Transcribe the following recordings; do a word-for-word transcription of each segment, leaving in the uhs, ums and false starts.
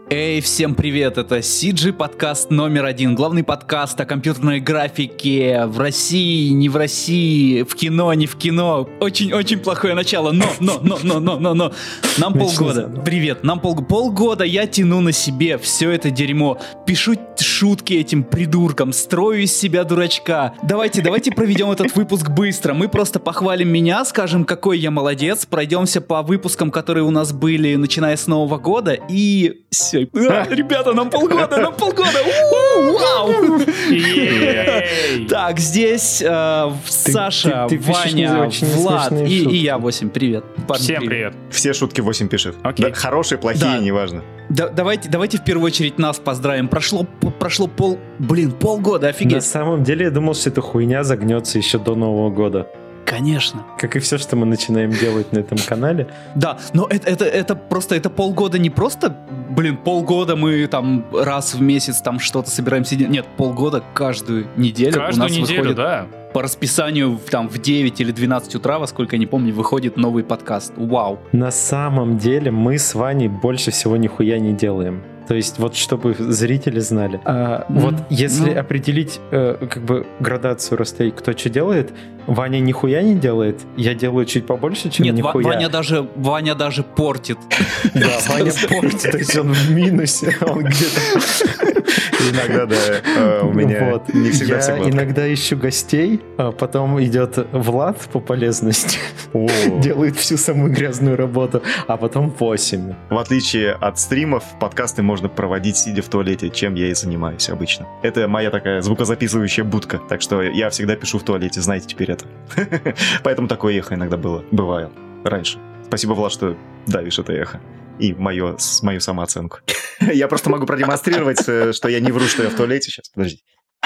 Эй, всем привет, это си джи подкаст номер один, главный подкаст о компьютерной графике в России, не в России, в кино, не в кино. Очень-очень плохое начало, но, но, но, но, но, но, но. Нам полгода, привет, нам пол, полгода я тяну на себе все это дерьмо, пишу шутки этим придуркам, строю из себя дурачка. Давайте, давайте проведем этот выпуск быстро, мы просто похвалим меня, скажем, какой я молодец, пройдемся по выпускам, которые у нас были, начиная с Нового года, и все. А, ребята, нам полгода, нам полгода! Вау! Так, здесь э, Саша, ты, ты, ты Ваня, Влад и, и я, восемь. Привет. Парни, Всем привет. привет. Все шутки восемь пишет. Да, хорошие, плохие, да. Неважно. Да, давайте, давайте в первую очередь нас поздравим. Прошло, прошло пол, блин, полгода, офигеть. На самом деле я думал, что эта хуйня загнется еще до Нового года. Конечно. Как и все, что мы начинаем делать на этом канале. Да, но это, это, это просто, это полгода не просто, блин, полгода мы там раз в месяц там что-то собираемся делать. Нет, полгода каждую неделю каждую у нас неделю, выходит да. По расписанию там в девять или двенадцать утра, во сколько я не помню, выходит новый подкаст. Вау. На самом деле мы с Ваней больше всего нихуя не делаем. То есть вот чтобы зрители знали. А, mm, вот если ну... определить э, как бы градацию расстояний, кто что делает, Ваня нихуя не делает, я делаю чуть побольше, чем Нет, нихуя. Нет, Ваня даже, Ваня даже портит. Да, Ваня портит, то есть он в минусе, он где-то... Иногда, да, у меня не всегда все гладко. Я иногда ищу гостей, а потом идет Влад по полезности, делает всю самую грязную работу, а потом восемь. В отличие от стримов, подкасты можно проводить, сидя в туалете, чем я и занимаюсь обычно. Это моя такая звукозаписывающая будка, так что я всегда пишу в туалете, знаете теперь это. Поэтому такое эхо иногда было, бывало раньше. Спасибо, Влад, что давишь это эхо. И мою, мою самооценку. Я просто могу продемонстрировать, что я не вру, что я в туалете. Сейчас, подожди.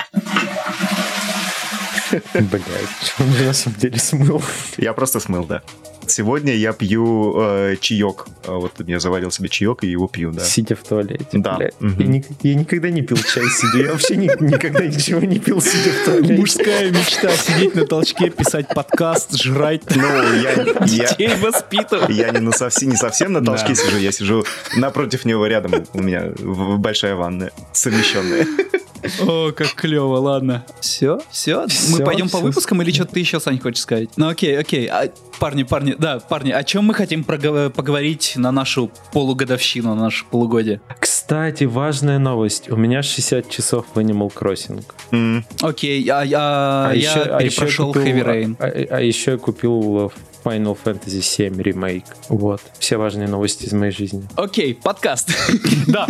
Блядь, он же на самом деле смыл. Я просто смыл, да. Сегодня я пью э, чаек. Вот я заварил себе чаек и его пью, да. Сидя в туалете. Да. Угу. Я, ни, я никогда не пил чай сидя. Я вообще ни, никогда ничего не пил сидя в туалете. Мужская мечта — сидеть на толчке, писать подкаст, жрать, ну, я, детей я, воспитывать. Я не, на совсем, не совсем на толчке да. сижу, я сижу напротив него рядом. У меня большая ванная совмещенная. О, как клево, ладно. Все, все, все мы пойдем все, по выпускам все. Или что-то ты еще, Сань, хочешь сказать? Ну окей, окей. А, парни, парни, да, парни, о чем мы хотим проговор- поговорить на нашу полугодовщину, на наше полугодие? Кстати, важная новость. У меня шестьдесят часов в Animal Crossing. Mm. Окей, а, а, а я еще, перепрошел а Heavy Rain. А, а, а еще я купил Final Fantasy семь ремейк. Вот. Все важные новости из моей жизни. Окей, подкаст. Да.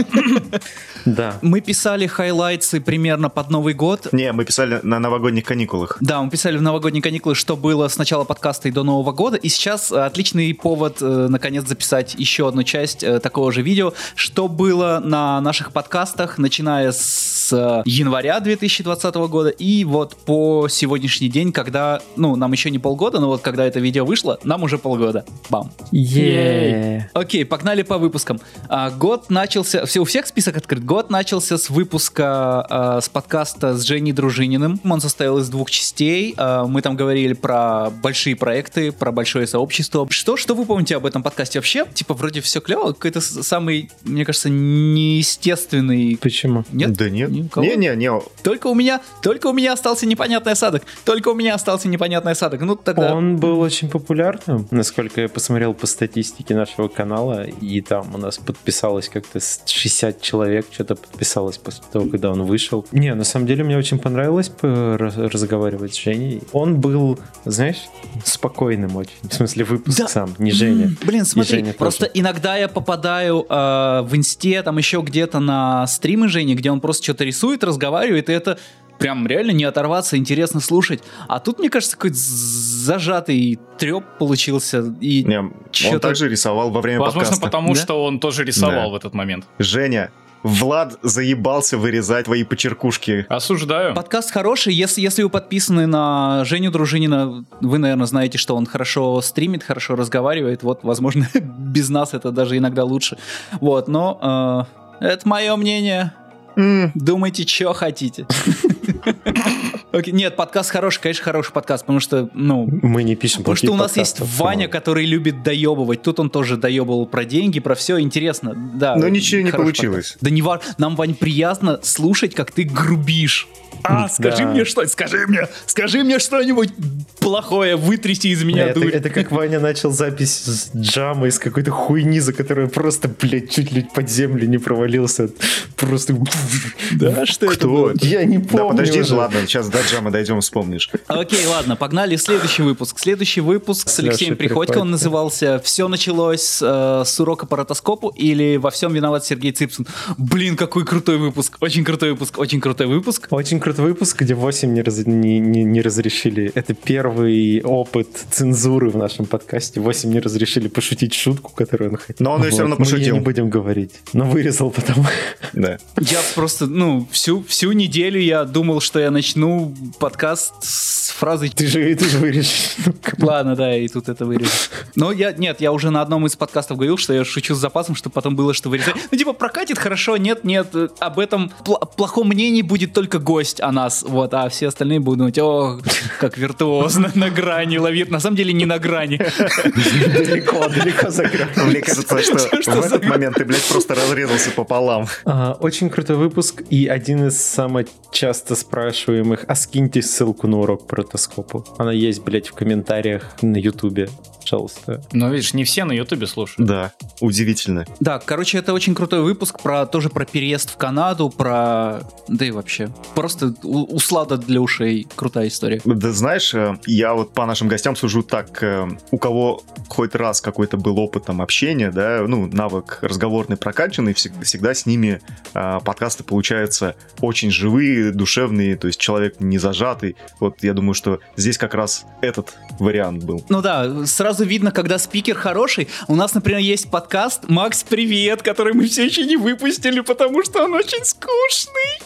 Да. Мы писали хайлайтсы примерно под Новый год. Не, мы писали на новогодних каникулах. Да, мы писали в новогодние каникулы, что было с начала подкаста и до Нового года. И сейчас отличный повод, э, наконец, записать еще одну часть э, такого же видео, что было на наших подкастах, начиная с э, января две тысячи двадцатого года и вот по сегодняшний день, когда, ну, нам еще не полгода, но вот когда это видео вышло, нам уже полгода. Бам. Yeah. Окей, погнали по выпускам. А, год начался... Все, у всех список открыт. Год начался с выпуска, а, с подкаста с Женей Дружининым. Он состоял из двух частей. А, мы там говорили про большие проекты, про большое сообщество. Что, что вы помните об этом подкасте вообще? Типа, вроде все клево. Какой-то самый, мне кажется, неестественный... Почему? Нет? Да нет. Не-не-не. Только у меня, только у меня остался непонятный осадок. Только у меня остался непонятный осадок. Ну, тогда... Он был очень популярным, насколько я посмотрел по статистике нашего канала, и там у нас подписалось как-то шестьдесят человек, что-то подписалось после того, когда он вышел. Не, на самом деле мне очень понравилось разговаривать с Женей. Он был, знаешь, спокойным очень. В смысле, выпуск да. сам, не Женя. Блин, смотри, просто тоже. Иногда я попадаю э, в инсте, там еще где-то на стримы Жени, где он просто что-то рисует, разговаривает, и это прям реально не оторваться, интересно слушать. А тут, мне кажется, какой-то зажатый треп получился. И не, он также рисовал во время Возможно, подкаста. Возможно, потому да? что он тоже рисовал да. в этот момент. Женя, Влад заебался вырезать твои почеркушки. Осуждаю. Подкаст хороший. Если, если вы подписаны на Женю Дружинина, вы, наверное, знаете, что он хорошо стримит, хорошо разговаривает. Вот, возможно, без нас это даже иногда лучше. Вот, но э, это мое мнение. Mm. Думайте, что хотите. Окей. Нет, подкаст хороший, конечно, хороший подкаст, потому что, ну... Мы не пишем Потому что у нас есть Ваня, который любит доебывать. Тут он тоже доебывал про деньги, про все. Интересно, да. Но ничего не получилось. Подкаст. Да не важно. Нам, Вань, приятно слушать, как ты грубишь. А, скажи да. мне что, скажи мне, скажи мне что-нибудь плохое, вытряси из меня это, дурь. Это как Ваня начал запись с джама из какой-то хуйни, за которую просто, блядь, чуть ли под землю не провалился. Просто... Да, что это было? Я не помню. Да подожди же, ладно, сейчас до джама дойдем, вспомнишь. Окей, ладно, погнали в следующий выпуск. Следующий выпуск с Алексеем Приходько, он назывался «Все началось э, с урока по ротоскопу» или «Во всем виноват Сергей Цыпсин». Блин, какой крутой выпуск, очень крутой выпуск, очень крутой выпуск. Очень крутой выпуск, где восемь не, раз, не, не, не разрешили. Это первый опыт цензуры в нашем подкасте. восемь не разрешили пошутить шутку, которую он хотел. Но он ее вот. все равно пошутил. Мы ее не будем говорить. Но вырезал потом. Да. Я просто, ну, всю, всю неделю я думал, что я начну подкаст с фразой «Ты же, ты же вырежешь». Ладно, да, и тут это вырежу. Но я, нет, я уже на одном из подкастов говорил, что я шучу с запасом, чтобы потом было что вырезать. Ну, типа, прокатит хорошо, нет, нет, об этом пл- плохом мнении будет только гость о нас, вот, а все остальные будут думать, о, как виртуозно, на грани ловит. На самом деле не на грани. Далеко, далеко за гранью. Мне кажется, что в этот момент ты, блядь, просто разрезался пополам. Очень крутой выпуск и один из самых часто спрашиваемых, а скиньте ссылку на урок по ротоскопу. Она есть, блядь, в комментариях на Ютубе. Пожалуйста. Но видишь, не все на Ютубе слушают. Да, удивительно. Да, короче, это очень крутой выпуск про тоже про переезд в Канаду, про... Да и вообще. Просто услада для ушей. Крутая история. Да знаешь, я вот по нашим гостям сужу так, у кого хоть раз какой-то был опыт там общения, да, ну, навык разговорный прокачанный, всегда, всегда с ними а, подкасты получаются очень живые, душевные, то есть человек не зажатый. Вот я думаю, что здесь как раз этот вариант был. Ну да, сразу видно, когда спикер хороший. У нас, например, есть подкаст «Макс, привет», который мы все еще не выпустили, потому что он очень скучный.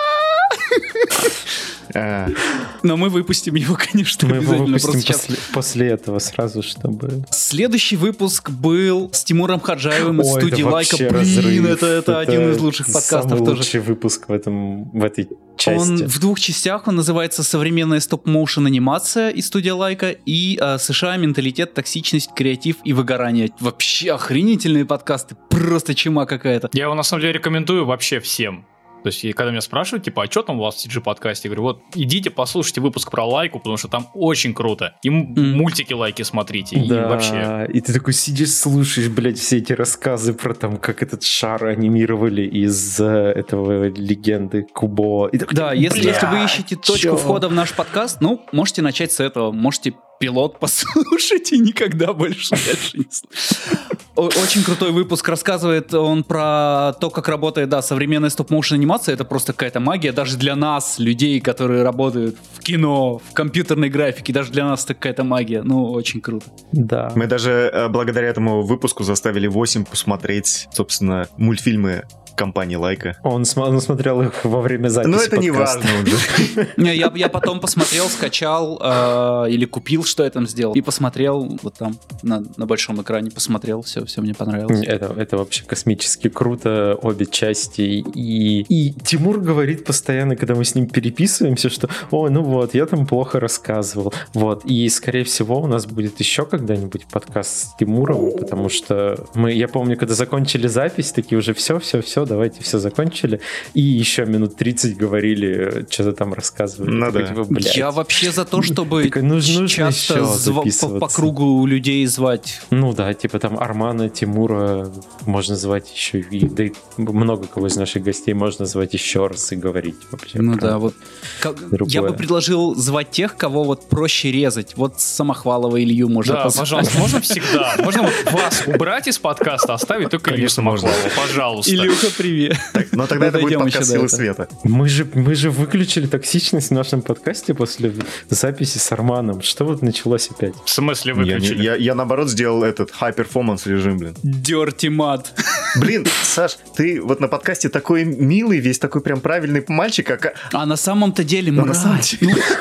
Но мы выпустим его, конечно, мы его выпустим после, сейчас... после этого сразу, чтобы... Следующий выпуск был с Тимуром Хаджаевым из студии Лайка. Блин, разрыв. это, это, это один из лучших подкастов самый тоже. Лучший выпуск в, этом, в этой части. Он в двух частях, он называется «Современная стоп-моушен анимация» из студии Лайка и а, «США. Менталитет, токсичность, креатив и выгорание». Вообще охренительные подкасты, просто чума какая-то. Я его на самом деле рекомендую вообще всем. То есть, когда меня спрашивают, типа, а что там у вас в си джи-подкасте? Я говорю, вот, идите послушайте выпуск про Лайку, потому что там очень круто. И mm. мультики Лайки смотрите, да, и вообще. И ты такой сидишь, слушаешь, блядь, все эти рассказы про там, как этот шар анимировали из этого легенды Кубо. И такой, да, если, если вы ищете точку чё? входа в наш подкаст, ну, можете начать с этого, можете пилот послушать и никогда больше дальше не слушать. Очень крутой выпуск, рассказывает он про то, как работает, да, современная стоп-моушен анимация. Это просто какая-то магия даже для нас, людей, которые работают в кино, в компьютерной графике, даже для нас это какая-то магия. Ну, очень круто. Да. Мы даже благодаря этому выпуску заставили восемь посмотреть, собственно, мультфильмы компании Лайка. Он, см- он смотрел их во время записи. Ну, это подкаста. не важно уже. Не, я, я потом посмотрел, скачал э, или купил, что я там сделал, и посмотрел вот там на, на большом экране, посмотрел, все, все мне понравилось. Это, это вообще космически круто, обе части. И, и Тимур говорит постоянно, когда мы с ним переписываемся, что «О, ну вот, я там плохо рассказывал». Вот. И, скорее всего, у нас будет еще когда-нибудь подкаст с Тимуром, потому что мы, я помню, когда закончили запись, такие уже все, все, все, давайте все закончили. И еще минут тридцать говорили, что-то там рассказывали. Ну, такой, да. типа, блядь. Я вообще за то, чтобы такой, нужно часто зва- по, по кругу людей звать. Ну да, типа там Армана, Тимура можно звать еще, и да и много кого из наших гостей можно звать еще раз и говорить вообще. Ну да, вот я бы предложил звать тех, кого вот проще резать. Вот Самохвалова Илью можно Да, позвать. Пожалуйста, можно всегда. Можно вот вас убрать из подкаста, оставить только Илью Самохвалова, пожалуйста. Илюха, привет. Так, но тогда это будет подкаст «Силы света». Мы же, мы же выключили токсичность в нашем подкасте после записи с Арманом. Что вот началось опять? В смысле выключили? Я, я, я наоборот сделал этот high-performance режим, блин. Dirty мат. Блин, Саш, ты вот на подкасте такой милый, весь такой прям правильный мальчик, а... А на самом-то деле мразь.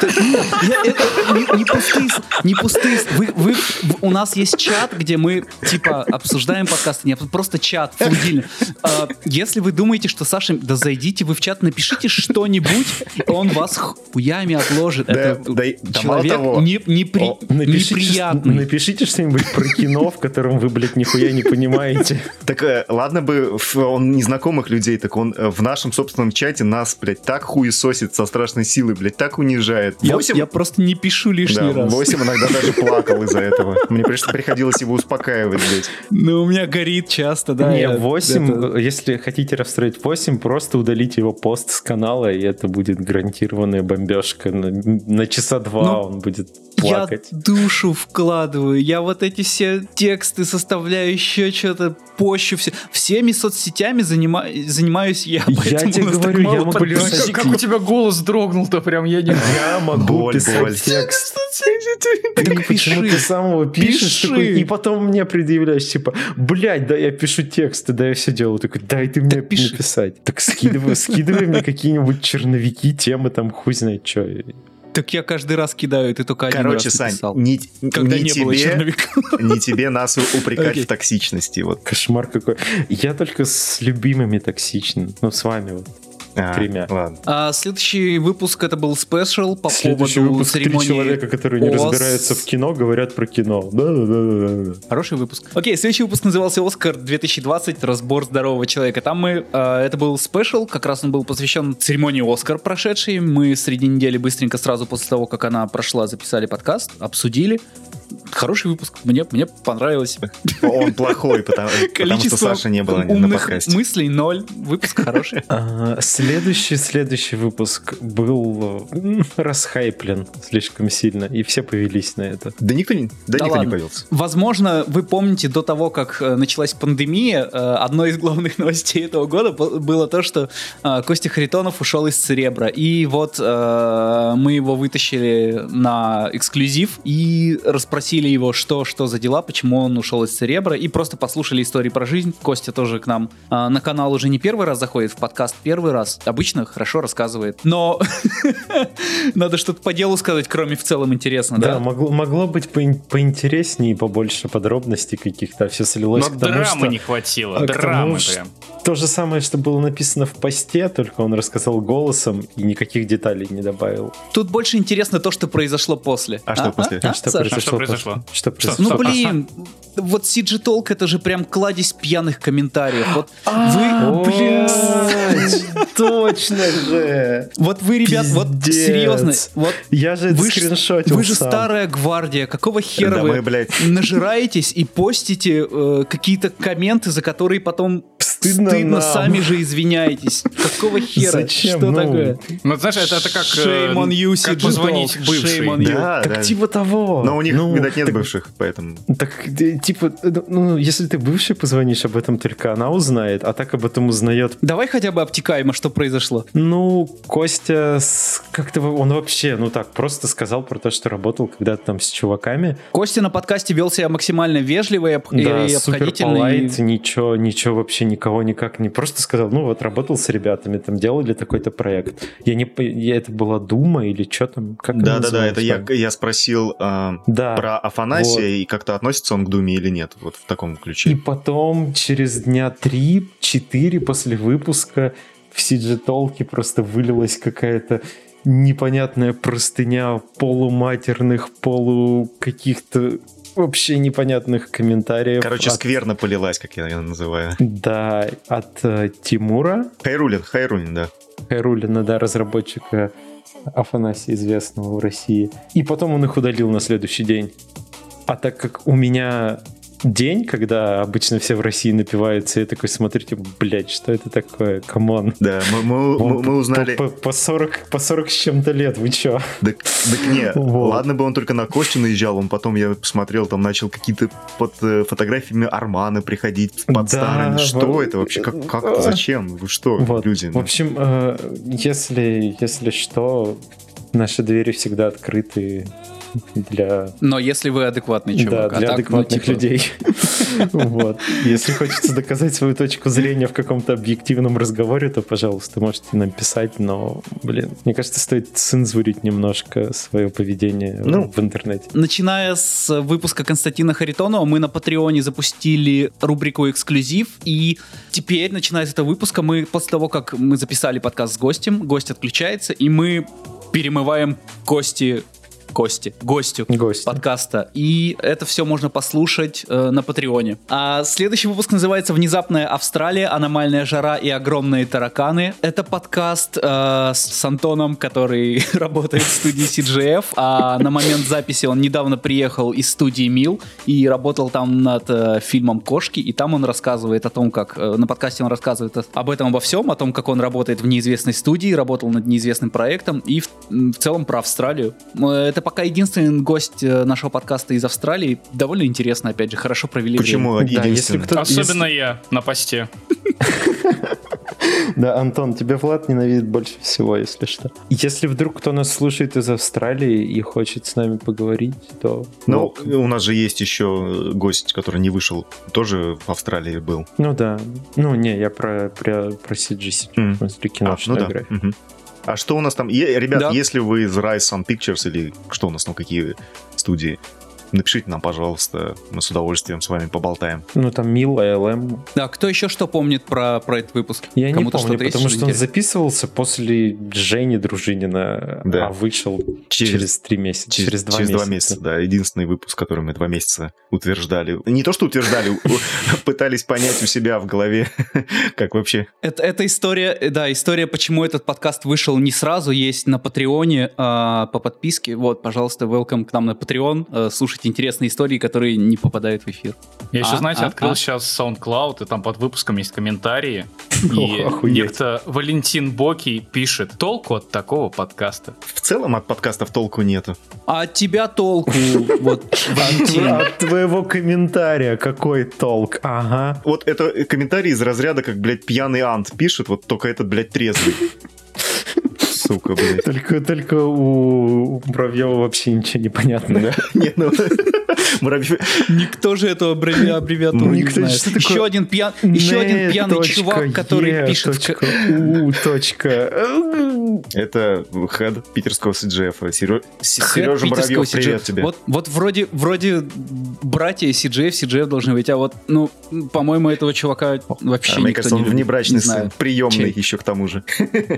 Не пустые, не пустые. У нас есть чат, где мы типа обсуждаем подкасты, не просто чат, флудильный. Если вы думаете, что Саша... Да зайдите вы в чат, напишите что-нибудь, он вас хуями отложит. Да, Это да, человек да, не, не при, О, напишите, неприятный. Напишите что-нибудь про кино, в котором вы, блядь, нихуя не понимаете. Так ладно бы он незнакомых людей, так он в нашем собственном чате нас, блядь, так хуесосит со страшной силой, блядь, так унижает. Я, я просто не пишу лишний да, раз. восемь иногда даже плакал из-за этого. Мне приходилось его успокаивать, блядь. Ну, у меня горит часто, да. Не, восемь, если хотите расстроить восемь, просто удалите его пост с канала, и это будет гарантированная бомбежка. На, на часа два ну, он будет плакать. Я душу вкладываю, я вот эти все тексты составляю, еще что-то пощу, все. всеми соцсетями занима... занимаюсь я. Я тебе говорю, я могу писать. Как, как у тебя голос дрогнул-то прям, я не Я могу боль, писать боль. Текст. Так почему ты сам его пишешь, такой, и потом мне предъявляешь, типа, блядь, да я пишу тексты, да я все делаю. Такой, дай ты мне написать. Так скидывай, скидывай мне какие-нибудь черновики, темы, там хуй знает что. Так я каждый раз кидаю, ты только один Короче, раз написал. Короче, Сань, не, когда не, не тебе, было черновиков. Не тебе нас упрекать okay. в токсичности. Вот. Кошмар какой. Я только с любимыми токсичен. Ну, с вами вот. А, тремя. Ладно. А, следующий выпуск это был спешл по следующий поводу выпуск церемонии. Три человека, которые не Ос... разбираются в кино, говорят про кино. Да-да-да. Хороший выпуск. Окей, следующий выпуск назывался «Оскар две тысячи двадцать. Разбор здорового человека». Там мы, э, это был спешл, как раз он был посвящен церемонии «Оскар» прошедшей. Мы среди недели быстренько сразу после того, как она прошла, записали подкаст, обсудили. Хороший выпуск, мне, мне понравилось. Он плохой, потому, потому что Саши не было на подкасте. Мыслей ноль, выпуск хороший. А, следующий, следующий выпуск был расхайплен слишком сильно, и все повелись на это. Да никто не, да да никто ладно. не повелся. Возможно, вы помните, до того, как началась пандемия, одной из главных новостей этого года было то, что Костя Харитонов ушел из Церебра. И вот мы его вытащили на эксклюзив и расспросили его, что, что за дела, почему он ушел из Церебра, и просто послушали истории про жизнь. Костя тоже к нам а, на канал уже не первый раз заходит, в подкаст первый раз. Обычно хорошо рассказывает. Но надо что-то по делу сказать, кроме в целом интересно, да? Да, могло, могло быть по- поинтереснее и побольше подробностей каких-то. Все слилось Но к тому, драмы что... не хватило. А драмы тому, прям. То же самое, что было написано в посте, только он рассказал голосом и никаких деталей не добавил. Тут больше интересно то, что произошло после. А, а? что после? А, а, что, произошло а что произошло? После? Что произошло? Ну, блин, вот си джи Talk это же прям кладезь пьяных комментариев. Вот вы, блядь, точно же. Вот вы, ребят, вот серьезно, вот я же это скриншотил. Вы же старая гвардия, какого хера да вы мы, блядь. нажираетесь и постите э, какие-то комменты, за которые потом стыдно, стыдно сами же извиняетесь. Какого хера? Зачем? Что ну, такое? Ну, знаешь, это, это как, Shame on you, как позвонить Talk. бывшей. Shame on you. Да, так да. типа того. Но у них, ну, видать, нет так, бывших, поэтому... Так, типа, ну, если ты бывший позвонишь, об этом только она узнает, а так об этом узнает... Давай хотя бы обтекаемо, что произошло. Ну, Костя как-то... Он вообще, ну так, просто сказал про то, что работал когда-то там с чуваками. Костя на подкасте вел себя максимально вежливо и, об... да, и обходительно. Полайт, и... ничего, ничего вообще никого никак не... Просто сказал, ну вот работал с ребятами, там делали такой-то проект. Я не... Я, это была Дума или что там? Да-да-да, это я, я спросил э, да, про Афанасия, вот. И как-то относится он к Думе или нет, вот в таком ключе. И потом через дня три-четыре после выпуска в си джи Talk просто вылилась какая-то непонятная простыня полуматерных, полу каких-то вообще непонятных комментариев. Короче, от... скверно полилась, как я ее называю. Да, от э, Тимура. Хайрулин, Хайрулин, да. Хайрулина, да, разработчика Афанасия, известного в России. И потом он их удалил на следующий день. А так как у меня день, когда обычно все в России напиваются, я такой смотрю, типа, блядь, что это такое? Камон. Да, мы, мы, мы, мы узнали... По, по, сорок, по сорок с чем-то лет, вы чё? Так, так не, вот. Ладно бы он только на Костю наезжал, он потом, я посмотрел, там начал какие-то под фотографиями Армана приходить, под да, старыми. Что вот. Это вообще? Как, как зачем? Вы что, вот. люди? В общем, если, если что... Наши двери всегда открыты для... Но если вы адекватный чувак. Да, для а адекватных так, ну, типа... людей. Вот. Если хочется доказать свою точку зрения в каком-то объективном разговоре, то, пожалуйста, можете нам писать, но, блин, мне кажется, стоит цензурить немножко свое поведение ну, в интернете. Начиная с выпуска Константина Харитонова, мы на Патреоне запустили рубрику «Эксклюзив», и теперь, начиная с этого выпуска, мы после того, как мы записали подкаст с гостем, гость отключается, и мы перемываем кости... Кости, гостю Гости. подкаста. И это все можно послушать э, на Патреоне. А следующий выпуск называется «Внезапная Австралия. Аномальная жара и огромные тараканы». Это подкаст э, с Антоном, который работает в студии си джи эф. А на момент записи он недавно приехал из студии Мил и работал там над э, фильмом «Кошки». И там он рассказывает о том, как... Э, на подкасте он рассказывает об этом, обо всем, о том, как он работает в неизвестной студии, работал над неизвестным проектом и в, в целом про Австралию. Это пока единственный гость нашего подкаста из Австралии. Довольно интересно, опять же, хорошо провели Почему время. Почему единственный? Да, Особенно если... я на посте. Да, Антон, тебя Влад ненавидит больше всего, если что. Если вдруг кто нас слушает из Австралии и хочет с нами поговорить, то... Ну, у нас же есть еще гость, который не вышел, тоже в Австралии был. Ну да. Ну не, я про, про, про си джи си, mm. в смысле киношная а, ну графика. Да. Угу. А что у нас там? Е- ребят, да. если вы из Rise Sun Pictures или что у нас там, какие студии, напишите нам, пожалуйста, мы с удовольствием с вами поболтаем. Ну, там Мил, эй эл эм. Да, кто еще что помнит про, про этот выпуск? Я Кому-то не помню, что-то потому есть, что он интересно? записывался после Жени Дружинина, да. а вышел через три месяца, через, через два через месяца. два месяца, да. Единственный выпуск, который мы два месяца утверждали. Не то, что утверждали, пытались понять у себя в голове, как вообще. Это история, да, история, почему этот подкаст вышел не сразу, есть на Патреоне по подписке. Вот, пожалуйста, welcome к нам на Patreon. Слушайте интересные истории, которые не попадают в эфир. Я еще, а, знаете, а, открыл а. сейчас SoundCloud, и там под выпуском есть комментарии. И Ох, некто Валентин Боки пишет: толку от такого подкаста. В целом от подкастов толку нету. А от тебя толку, вот, Валентин. От твоего комментария какой толк? Ага. Вот это комментарий из разряда, как, блядь, пьяный Ант пишет, вот только этот, блядь, трезвый. Сука, блядь. Только, только у Муравьева вообще ничего не понятно. Да? Нет, ну... Муравьев... Никто же эту аббревиатуру ну, не знает. Еще такое... один, пьян... Еще один пьяный точка, чувак, который е, пишет... Точка, у, точка. Это хед питерского си джи эф. Серё... Сережа Муравьев, привет тебе. Вот, вот вроде, вроде братья си джи эф, си джи эф должны быть, а вот, ну, по-моему, этого чувака вообще а, никто мне кажется, не он внебрачный не сын, приемный еще к тому же.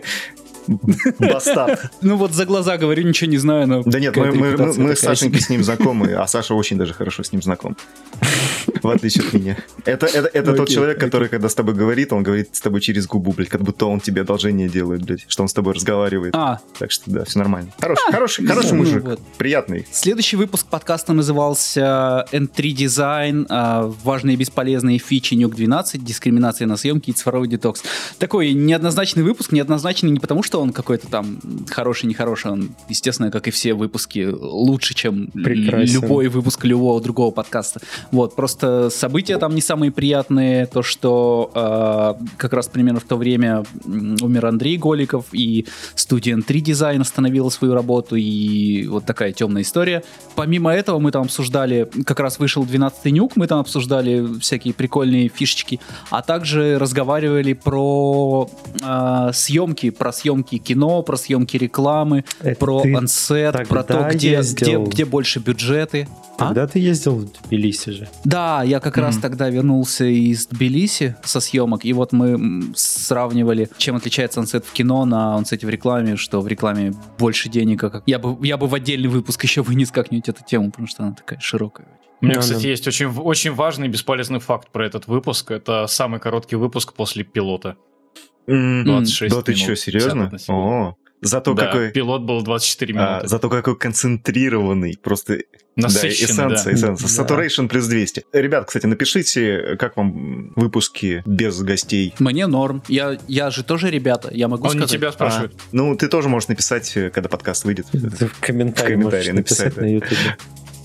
Бастард. Ну вот за глаза говорю, ничего не знаю, но... Да нет, мы, мы, мы, мы с Сашенькой с ним знакомы, а Саша очень даже хорошо с ним знаком. В отличие от меня. Это, это, это okay, тот человек, okay. который, когда с тобой говорит, он говорит с тобой через губу, блядь, как будто он тебе одолжение делает, блядь, что он с тобой разговаривает. А. Так что да, все нормально. Хороший, а, хороший, хороший ну, мужик, вот. Приятный. Следующий выпуск подкаста назывался эн три Design, важные и бесполезные фичи Нюк двенадцать, дискриминация на съемке и цифровой детокс. Такой неоднозначный выпуск, неоднозначный не потому, что он какой-то там хороший-нехороший, он, естественно, как и все выпуски, лучше, чем Прекрасен. Любой выпуск любого другого подкаста. Вот, просто события там не самые приятные, то, что э, как раз примерно в то время умер Андрей Голиков, и студия эн три Design остановила свою работу, и вот такая темная история. Помимо этого мы там обсуждали, как раз вышел двенадцатый Нюк, мы там обсуждали всякие прикольные фишечки, а также разговаривали про э, съемки, про съемки кино, про съемки рекламы, это про ансет, про то, где, где, где больше бюджеты. Тогда а? ты ездил в Тбилиси же. Да, я как mm-hmm. раз тогда вернулся из Тбилиси со съемок, и вот мы сравнивали, чем отличается ансет в кино на ансете в рекламе, что в рекламе больше денег. Как... Я, бы, я бы в отдельный выпуск еще вынес как-нибудь эту тему, потому что она такая широкая. У меня, кстати, есть очень, очень важный и бесполезный факт про этот выпуск. Это самый короткий выпуск после пилота. двадцать шесть минут. Да ты что, серьезно? О, зато да, какой... пилот был двадцать четыре минуты. А, зато какой концентрированный, просто... Насыщенный, да, эссенция, да. эссенция. Да. Saturation плюс двести. Ребят, кстати, напишите, как вам выпуски без гостей. Мне норм. Я, я же тоже ребята, я могу Он сказать. Он не тебя спрашивает. А, ну, ты тоже можешь написать, когда подкаст выйдет. В комментарии, в комментарии написать, написать да. на YouTube.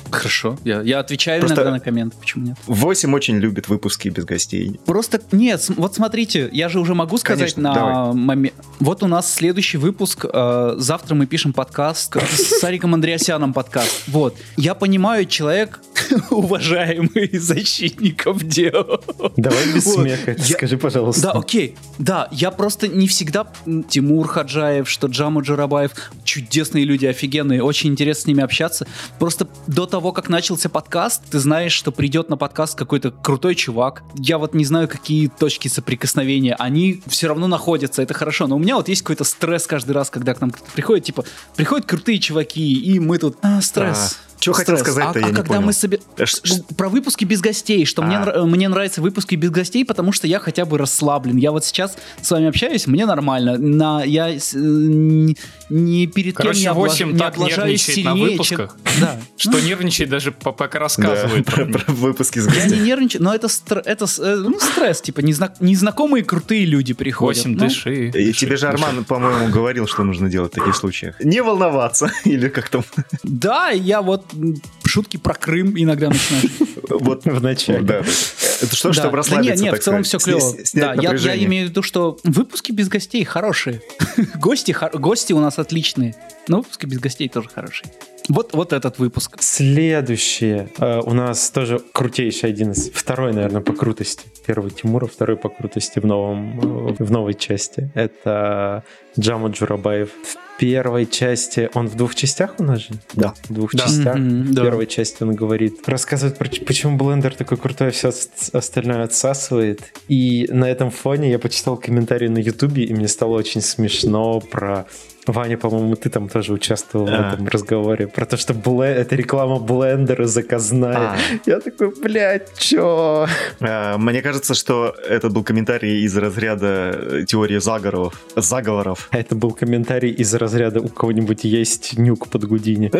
Хорошо, я, я отвечаю Просто иногда на комменты, почему нет? восемь очень любит выпуски без гостей. Просто, нет, вот смотрите, я же уже могу сказать Конечно, на момент... Вот у нас следующий выпуск, э, завтра мы пишем подкаст с Сариком Андреасяном подкаст. Вот, я понимаю, человек уважаемый защитников дел. Давай без вот. смеха, я... скажи, пожалуйста. Да, окей, да, я просто не всегда... Тимур Хаджаев, что Джаму Джурабаев, чудесные люди, офигенные, очень интересно с ними общаться. Просто до того, того, как начался подкаст, ты знаешь, что придет на подкаст какой-то крутой чувак. Я вот не знаю, какие точки соприкосновения. Они все равно находятся, это хорошо. Но у меня вот есть какой-то стресс каждый раз, когда к нам кто-то приходит. Типа, приходят крутые чуваки, и мы тут... А, стресс. А, что хотел сказать-то, а, я а не когда понял. Мы соби... Про выпуски без гостей, что мне, мне нравятся выпуски без гостей, потому что я хотя бы расслаблен. Я вот сейчас с вами общаюсь, мне нормально. На... Я не, не перед Короче, кем не, облаж... не так облажаюсь сильнее, на выпусках, чем... да. что нервничает даже пока рассказывает. Да, про, про выпуски с гостями. Я не нервничаю, но это, стр... это ну, стресс, типа незна... незнакомые крутые люди приходят. Восемь ну? дыши. И тебе же Арман, по-моему, говорил, что нужно делать в таких случаях. Не волноваться, или как там. Да, я вот шутки про Крым иногда начинаю. Вот в начале. Да. Это что, чтобы расслабиться, Нет, нет, в целом все клево. Да, я имею в виду, что выпуски без гостей хорошие. Гости, гости у нас отличные, но выпуски без гостей тоже хорошие. Вот, вот этот выпуск. Следующее. Uh, у нас тоже крутейший один из... Второй, наверное, по крутости. Первый Тимура, второй по крутости в, новом, в новой части. Это Джаму Джурабаев. В первой части... Он в двух частях у нас же? Да. В двух да. частях. Mm-hmm, в первой да. части он говорит... Рассказывает, про, почему Blender такой крутой, все остальное отсасывает. И на этом фоне я почитал комментарии на Ютубе, и мне стало очень смешно про... Ваня, по-моему, ты там тоже участвовал а. в этом разговоре про то, что блэ... это реклама блендера заказная. А. Я такой, блядь, чё? А, мне кажется, что это был комментарий из разряда теории заговоров. заговоров. А это был комментарий из разряда у кого-нибудь есть нюк под Гудини.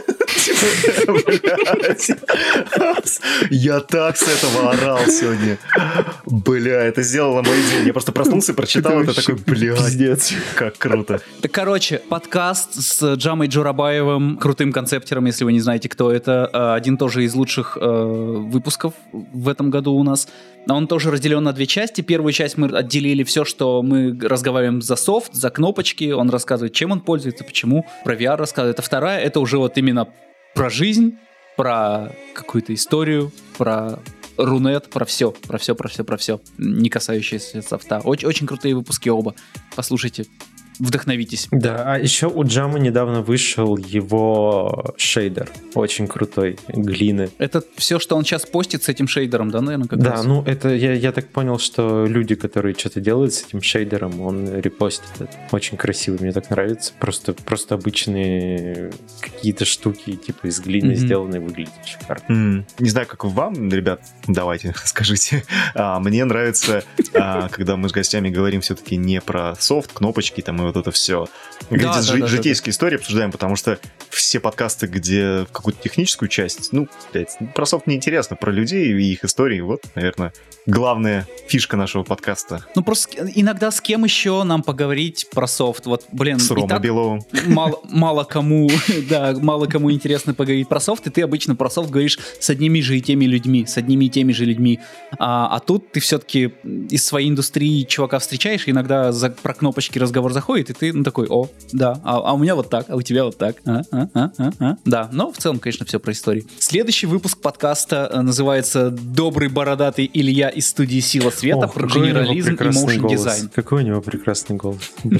Я так с этого орал сегодня. Бля, это сделало мой день. Я просто проснулся и прочитал это, такой, бля, пиздец, как круто. Так, короче, подкаст с Джамой Джурабаевым, крутым концептером, если вы не знаете, кто это. Один тоже из лучших выпусков в этом году у нас. Он тоже разделен на две части. Первую часть мы отделили все, что мы разговариваем за софт, за кнопочки. Он рассказывает, чем он пользуется, почему. Про ви ар рассказывает. А вторая, это уже вот именно про жизнь, про какую-то историю, про Рунет, про все, про все, про все, про все, не касающиеся софта. Очень, очень крутые выпуски оба. Послушайте. Вдохновитесь. Да, а еще у Джамы недавно вышел его шейдер, очень крутой, глины. Это все, что он сейчас постит с этим шейдером, да, наверное, как Да, раз? ну это я, я так понял, что люди, которые что-то делают с этим шейдером, он репостит это. Очень красиво, мне так нравится. Просто, просто обычные какие-то штуки, типа из глины mm-hmm. сделанные, выглядят шикарно. Mm. Не знаю, как вам, ребят, давайте, скажите. А, мне нравится, а, когда мы с гостями говорим все-таки не про софт, кнопочки там и вот это все. Где да, жи- да, житейские да, истории да. обсуждаем, потому что все подкасты, где в какую-то техническую часть, ну, блядь, про софт неинтересно, про людей и их истории, вот, наверное, главная фишка нашего подкаста. Ну, просто иногда с кем еще нам поговорить про софт? Вот, блин, с Ромой Беловым. Мало, мало кому, да, мало кому интересно поговорить про софт, и ты обычно про софт говоришь с одними же и теми людьми, с одними и теми же людьми. А, а тут ты все-таки из своей индустрии чувака встречаешь, и иногда за, про кнопочки разговор заходит, и ты ну, такой, о, да, а, а у меня вот так, а у тебя вот так. А, а, а, а, а. Да, но в целом, конечно, все про историю. Следующий выпуск подкаста называется «Добрый бородатый Илья из студии «Сила света» про генерализм и моушн дизайн. Какой у него прекрасный голос.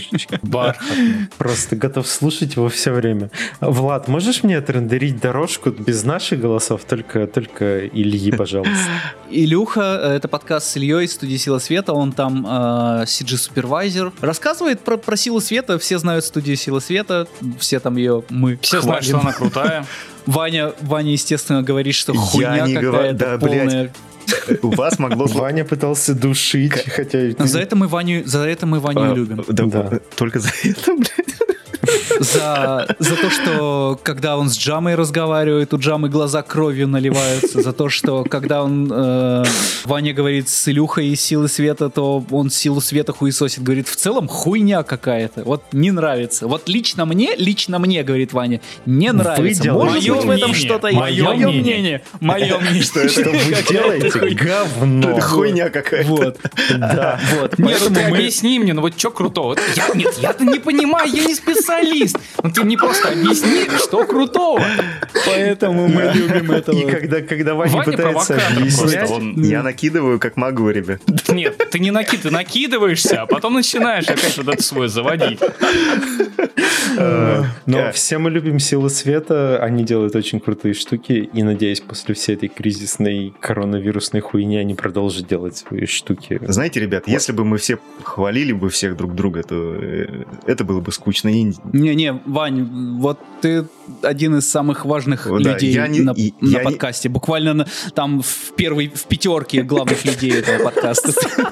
Просто готов слушать его все время. Влад, можешь мне отрендерить дорожку без наших голосов, только, только Ильи, пожалуйста. Илюха, это подкаст с Ильей из студии «Сила света», он там э, си джи-супервайзер. Рассказывает про, про «Силу света», все знают студию «Сила света», все там ее мы Все хвалим. знают, что она крутая. Ваня, Ваня, естественно, говорит, что хуйня какая-то говор... да, полная... У вас могло... Ваня пытался душить, хотя... За это мы Ваню, за это мы Ваню любим. Да, только за это, блядь. За, за то, что когда он с Джамой разговаривает, у Джамы глаза кровью наливаются. За то, что когда он э, Ваня говорит с Илюхой из Силы Света, то он Силу Света хуесосит. Говорит, в целом хуйня какая-то. Вот не нравится. Вот лично мне, лично мне, говорит Ваня, не нравится. Может быть, в этом что-то есть. Мое мнение. Мое мнение. Что вы делаете? Говно. Хуйня какая-то. Вот. Да. Вот. Нет, ну ты объясни мне, ну вот что крутого? Я, нет, я-то не понимаю, я не специалист. Ну ты мне просто объясни, что крутого. Поэтому мы любим этого. И когда, когда Ваня, Ваня пытается провокатор объяснять... просто, он- Я накидываю, как могу, ребят. Нет, ты не накид, ты накидываешься, а потом начинаешь опять вот это свое заводить. Но все мы любим Силу Света, они делают очень крутые штуки, и надеюсь, после всей этой кризисной коронавирусной хуйни они продолжат делать свои штуки. Знаете, ребят, если бы мы все хвалили бы всех друг друга, то э, это было бы скучно. И... Не-не, Вань, вот ты один из самых важных Да, людей я не- на, и- на я не- подкасте. Буквально на- там в первой, в пятерке главных людей этого подкаста.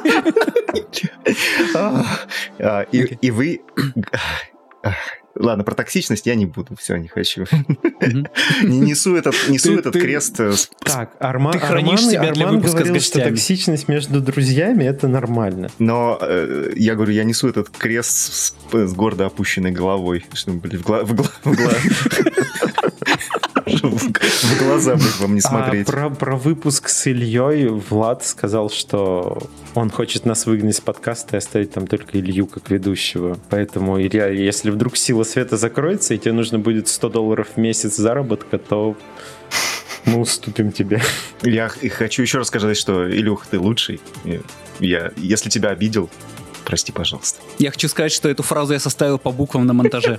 А, И и вы... Ладно, про токсичность я не буду, все, не хочу. Не несу этот, несу Ты- этот ты- крест. э, с- Так, Арман, Ты хранишь Арман, себя для Арман выпуска с говорил, что гостями. токсичность между друзьями — это нормально. Но э, я говорю, я несу этот крест с, с гордо опущенной головой. Что, блин, в, гла- в гла- в гла- в глаза, блин, вам не А смотреть. про, про выпуск с Ильей Влад сказал, что он хочет нас выгнать с подкаста и оставить там только Илью как ведущего. Поэтому, Илья, если вдруг Сила Света закроется, и тебе нужно будет сто долларов в месяц заработка, то мы уступим тебе. Я х- хочу еще раз сказать, что, Илюх, ты лучший. И Я, если тебя обидел, прости, пожалуйста. Я хочу сказать, что эту фразу я составил по буквам на монтаже.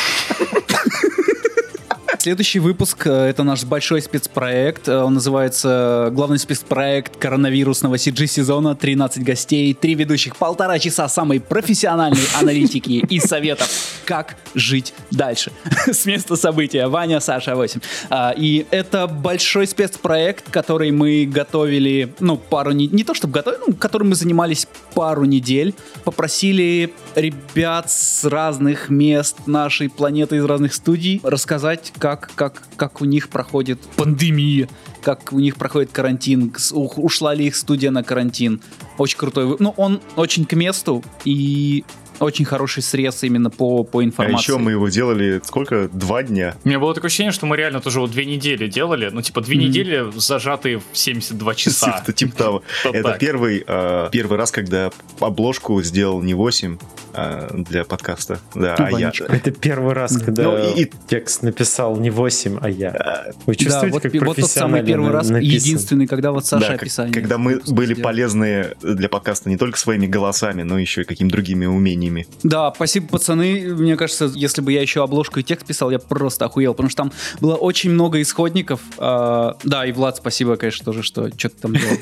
Следующий выпуск — это наш большой спецпроект. Он называется «Главный спецпроект коронавирусного си джи сезона». тринадцать гостей, три ведущих, полтора часа самой профессиональной аналитики и советов, как жить дальше. С места события. Ваня, Саша, восемь. И это большой спецпроект, который мы готовили, ну, пару недель, не то чтобы готовили, ну, которым мы занимались пару недель. Попросили ребят с разных мест нашей планеты, из разных студий рассказать, как Как, как, как у них проходит пандемия, как у них проходит карантин, с- у- ушла ли их студия на карантин. Очень крутой. вы- Ну, он очень к месту и очень хороший срез именно по, по А информации. еще мы его делали, сколько, два дня? У меня было такое ощущение, что мы реально тоже вот две недели делали, ну типа две Мгм. недели зажатые в семьдесят два часа. Типа типа того. Вот Это так. первый, а, первый раз, когда обложку сделал не восемь а, для подкаста, да, а я. Ванечка. Это первый раз, когда Ну, и- и- текст написал не восемь, а я. А, Вы Да, чувствуете, вот, как пи- вот тот самый профессионально первый раз, написан? единственный, когда вот Саша да, как- описание. когда мы выпуска были сделал. полезны для подкаста не только своими голосами, но еще и какими-то другими умениями. Да, спасибо, пацаны. Мне кажется, если бы я еще обложку и текст писал, я просто охуел, потому что там было очень много исходников. А, да, и Влад, спасибо, конечно, тоже, что что-то там делал.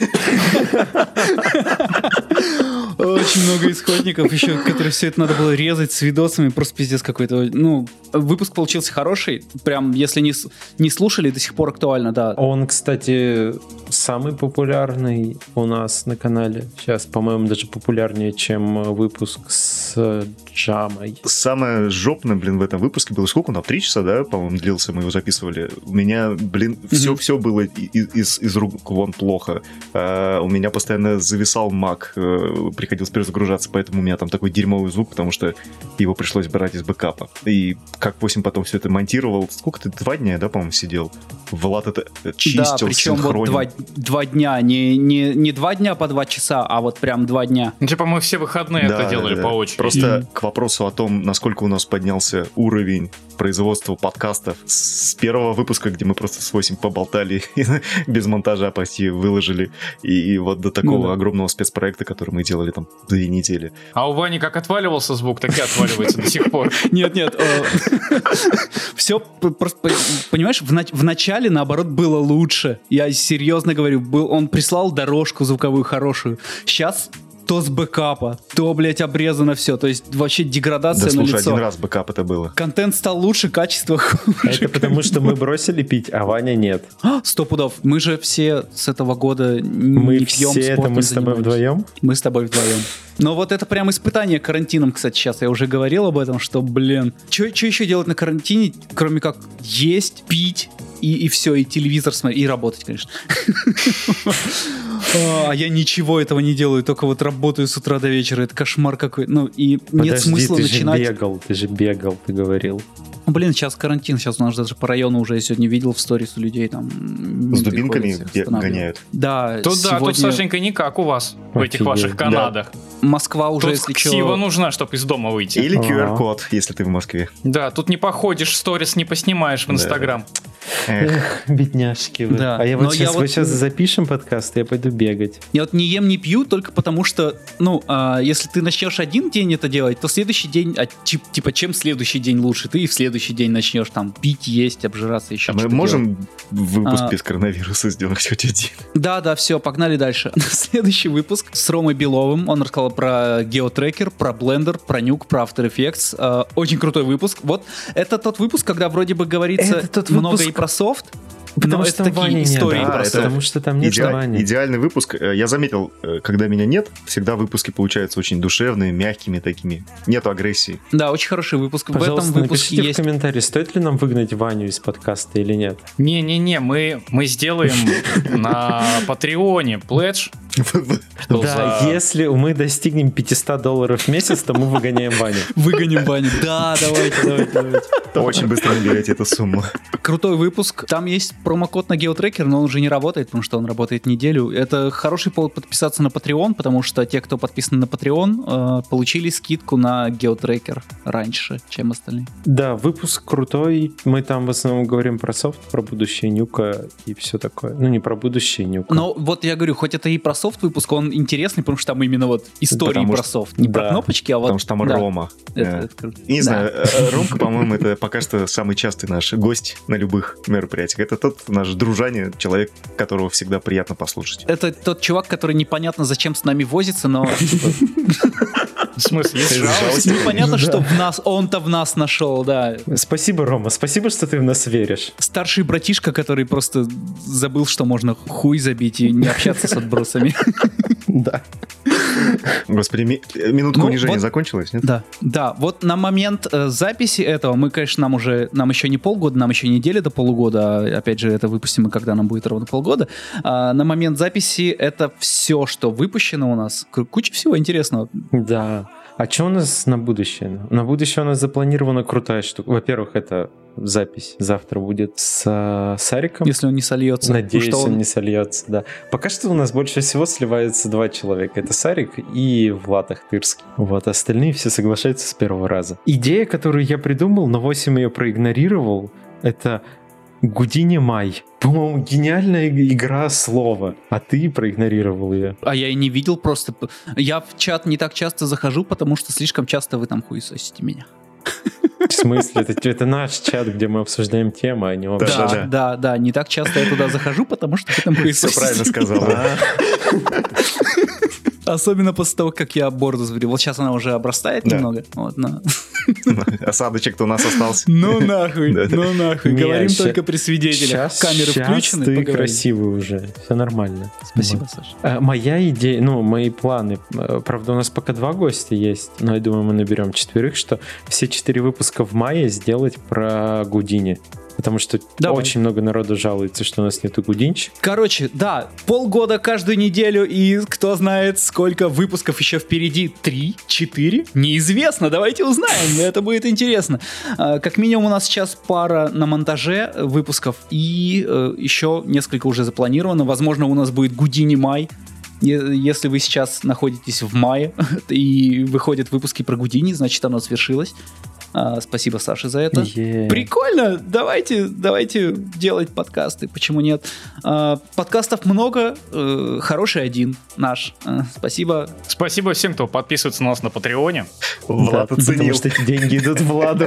Очень много исходников еще, которые все это надо было резать с видосами, просто пиздец какой-то. Ну, выпуск получился хороший, прям, если не, с- не слушали, до сих пор актуально, да. Он, кстати, самый популярный у нас на канале. Сейчас, по-моему, даже популярнее, чем выпуск с э, Джамой. Самое жопное, блин, в этом выпуске было сколько? Он на три часа, да, по-моему, длился, мы его записывали. У меня, блин, все, все было и- и- из, из рук вон плохо. А, у меня постоянно зависал Mac, э, приходилось перезагружаться, поэтому у меня там такой дерьмовый звук, потому что его пришлось брать из бэкапа. И как восемь потом все это монтировал. Сколько ты? Два дня, да, по-моему, сидел? Влад это чистил, Да, причем вот синхронил. два, два дня, не, не, не два дня по два часа, а вот прям два дня. Ну, типа мы все выходные Да, это делали да, по да. очереди. Просто к вопросу о том, насколько у нас поднялся уровень производства подкастов с первого выпуска, где мы просто с восемь поболтали и без монтажа почти выложили, и, и вот до такого Ну да. огромного спецпроекта, который мы делали там две недели. А у Вани как отваливался звук, так и отваливается до сих пор. Нет, нет. Все просто, по- понимаешь, в, нач- в начале, наоборот, было лучше. Я серьезно говорю, был, он прислал дорожку звуковую хорошую. Сейчас то с бэкапа, то, блядь, обрезано все. То есть вообще деградация да, на слушай, лицо. один раз бэкап это было. Контент стал лучше, качество хуже. Это потому, что мы бросили пить, а Ваня нет. Сто пудов. Мы же все с этого года мы не пьем, все это мы с тобой занимаемся. вдвоем? Мы с тобой вдвоем. Но вот это прям испытание карантином, кстати, сейчас я уже говорил об этом, что, блин, что еще делать на карантине, кроме как есть, пить и, и все, и телевизор смотреть, и работать, конечно. А я ничего этого не делаю, только вот работаю с утра до вечера, это кошмар какой. Ну и нет смысла начинать. Ты же бегал, ты же бегал, ты говорил. Блин, сейчас карантин, сейчас у нас даже по району уже я сегодня видел в сторис у людей там... С дубинками гоняют. Да, тут, сегодня... да, тут, Сашенька, не как у вас в этих Офигеть. ваших Канадах. Да. Москва уже, тут если ксива что... нужна, чтобы из дома выйти. Или А-а-а. ку ар код, если ты в Москве. Да, тут не походишь, сторис не поснимаешь в Инстаграм. Эх. Эх, бедняжки вы. Да. А я вот Но сейчас, я вот вот- сейчас запишем подкаст, и я пойду бегать. Я вот не ем, не пью только потому, что, ну, а, если ты начнешь один день это делать, то следующий день, а, тип- типа, чем следующий день лучше? Ты и в следующий день начнешь там пить, есть, обжираться, еще А мы что-то можем делать. выпуск А. без коронавируса сделать хоть один? Да, да, все, погнали дальше. Следующий выпуск с Ромой Беловым. Он рассказал про геотрекер, про Blender, про нюк, про After Effects. А, очень крутой выпуск. Вот это тот выпуск, когда вроде бы говорится Это тот много выпуск, и про софт, Потому но что это там такие Вани нет. истории Да, про это- софт. Потому что там нет Идеаль- Вани. идеальный выпуск. Э, Я заметил, э, когда меня нет, всегда выпуски получаются очень душевные, мягкими такими. Нету агрессии. Да, очень хороший выпуск. Пожалуйста, в этом выпуске напишите есть... в комментарии, стоит ли нам выгнать Ваню из подкаста или нет. Не-не-не, мы, мы сделаем на Патреоне пледж. что Да, за- если мы достигнем пятьсот долларов в месяц, то мы выгоняем Ваню. Выгоним Ваню. Да, давайте, давайте, давайте. Очень быстро наберете эту сумму. Крутой выпуск. Там есть промокод на геотрекер, но он уже не работает, потому что он работает неделю. Это хороший повод подписаться на Patreon, потому что те, кто подписаны на Patreon, э, получили скидку на геотрекер раньше, чем остальные. Да, выпуск крутой. Мы там в основном говорим про софт, про будущее нюка и все такое. Ну, не про будущее нюка. Но вот я говорю, хоть это и про софт выпуск, он интересный, потому что там именно вот истории Потому про что- софт. Не про да. кнопочки, а вот... Потому что там да, Рома. это- Э, это круто. Не Да. знаю, э, Ромка, по-моему, это пока что самый частый наш гость на любых мероприятиях. Это тот наш дружанин, человек, которого всегда приятно послушать. Это тот чувак, который непонятно зачем с нами возится, но В смысле, есть Из жалость? жалости. непонятно, что в нас, он-то в нас нашел, да. Спасибо, Рома, спасибо, что ты в нас веришь. Старший братишка, который просто забыл, что можно хуй забить и не общаться с отбросами. Да. Господи, ми- минутка Ну, унижения вот- закончилась, нет? Да, да. Вот на момент э, записи этого мы, конечно, нам уже, нам еще не полгода, нам еще неделя до полугода. а, Опять же, это выпустим мы, когда нам будет ровно полгода. А, на момент записи это все, что выпущено у нас. К- Куча всего интересного. Да. А что у нас на будущее? На будущее у нас запланирована крутая штука. Во-первых, это запись завтра будет с э, Сариком. Если он не сольется. Надеюсь, Ну, что он не сольется, да. Пока что у нас больше всего сливаются два человека. Это Сарик и Влад Ахтырский. Вот, остальные все соглашаются с первого раза. Идея, которую я придумал, но восемь ее проигнорировал, это Гудини Май. По-моему, гениальная иг- игра слова, а ты проигнорировал ее. А я и не видел просто. Я в чат не так часто захожу, потому что слишком часто вы там хуесосите меня. В смысле? Это, это наш чат, где мы обсуждаем темы, а не Да, общаемся. да, Да, да. да, да, не так часто я туда захожу, потому что вы там Все хуесосите. правильно сказал. Особенно после того, как я бороду сбрил. Вот сейчас она уже обрастает Да. немного. Вот, но... Осадочек-то у нас остался. Ну нахуй, Да, да. ну нахуй. Не, Говорим ща- только при свидетелях. Сейчас, Камеры щас включены. ты поговорим. красивый уже, все нормально. Спасибо, Вот. Саша. А, моя идея, ну, мои планы, э, правда, у нас пока два гостя есть, но я думаю, мы наберем четверых, что все четыре выпуска в мае сделать про Гудини. Потому что Давай. очень много народу жалуется, что у нас нету Гудинчика. Короче, да, полгода каждую неделю, и кто знает, сколько выпусков еще впереди. Три, четыре? Неизвестно, давайте узнаем, это будет интересно. А, Как минимум у нас сейчас пара на монтаже выпусков, и э, еще несколько уже запланировано. Возможно, у нас будет Гудини Май. Е- Если вы сейчас находитесь в мае и выходят выпуски про Гудини, значит, оно свершилось. А, Спасибо, Саше, за это. Е. Прикольно, давайте, давайте делать подкасты, почему нет? А, подкастов много, э, хороший один наш. А, спасибо. Спасибо всем, кто подписывается на нас на Патреоне. Влад Да, оценил. потому что эти деньги идут Владу.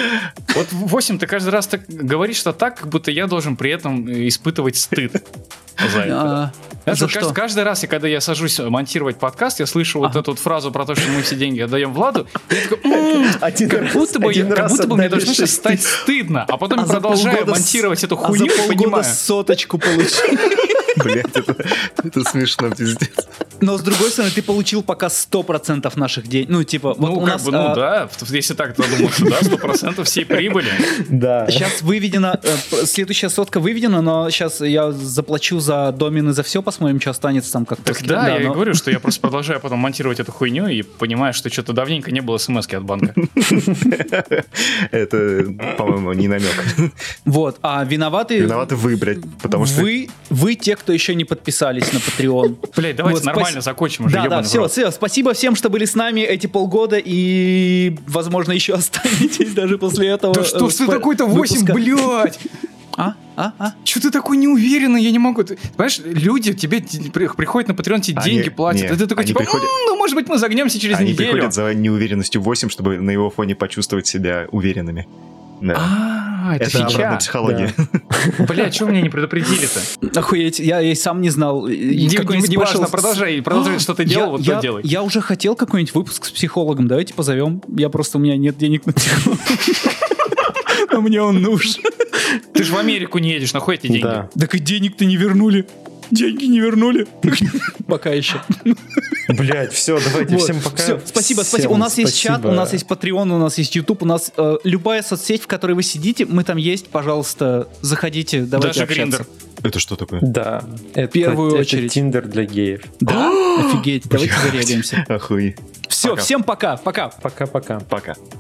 Вот, восемь, ты каждый раз так говоришь, что так, как будто я должен при этом испытывать стыд. за это. А за каждый, каждый раз, когда я сажусь монтировать подкаст, я слышу ага. вот эту вот фразу про то, что мы все деньги отдаем Владу, и я такой, м-м, как будто бы, я, как будто бы мне должно сейчас стать стыдно, а потом а я продолжаю монтировать с... эту хуйню а за и понимаю. соточку получил. Блять, это, это смешно, пиздец. Но с другой стороны, ты получил пока сто процентов наших денег. Ну, типа, ну, вот у как нас, бы, ну а... да, если так задуматься, да, сто процентов всей прибыли. Да. Сейчас выведена, следующая сотка выведена, но сейчас я заплачу за домены, за все, посмотрим, что останется там как-то. Так да, да, я но... и говорю, что я просто продолжаю потом монтировать эту хуйню и понимаю, что что-то давненько не было смс-ки от банка. Это, по-моему, не намек. Вот, а виноваты... Виноваты вы, блядь, потому что... Вы, вы те, кто еще не подписались на Patreon. Блядь, давайте вот, нормально спас... закончим уже. Да, да, все, все, спасибо всем, что были с нами эти полгода и, возможно, еще останетесь даже после этого. Да что ж ты такой-то восемь, блядь! А? А? А? Че ты такой неуверенный? Я не могу. Ты, понимаешь, люди тебе приходят на Patreon, тебе они, деньги платят. Нет, и ты такой, типа, приходят... ну, может быть, мы загнемся через они неделю. Они приходят за неуверенностью восемь, чтобы на его фоне почувствовать себя уверенными. Да. А, это, это обратная психология. Да. Бля, чего меня не предупредили-то? Охуеть, я, я сам не знал. Не важно, продолжай, продолжай, что ты делал, вот то делай. Я уже хотел какой-нибудь выпуск с психологом, давайте позовем. Я просто, у меня нет денег на психолога. Но мне он нужен. Ты же в Америку не едешь, нахуй эти деньги? Да. Так и денег-то не вернули. Деньги не вернули. Пока еще. Блять, все, давайте вот. Всем пока. Все, спасибо, всем спасибо. У нас спасибо. Есть чат, у нас есть Patreon, у нас есть YouTube, у нас э, любая соцсеть, в которой вы сидите, мы там есть, пожалуйста, заходите, давайте даже общаться. Grindr. Это что такое? Да, это, в первую это очередь. Тиндер для геев. Да? Офигеть, давайте зарегаемся. Охуеть. Все, всем пока, пока. Пока-пока. Пока.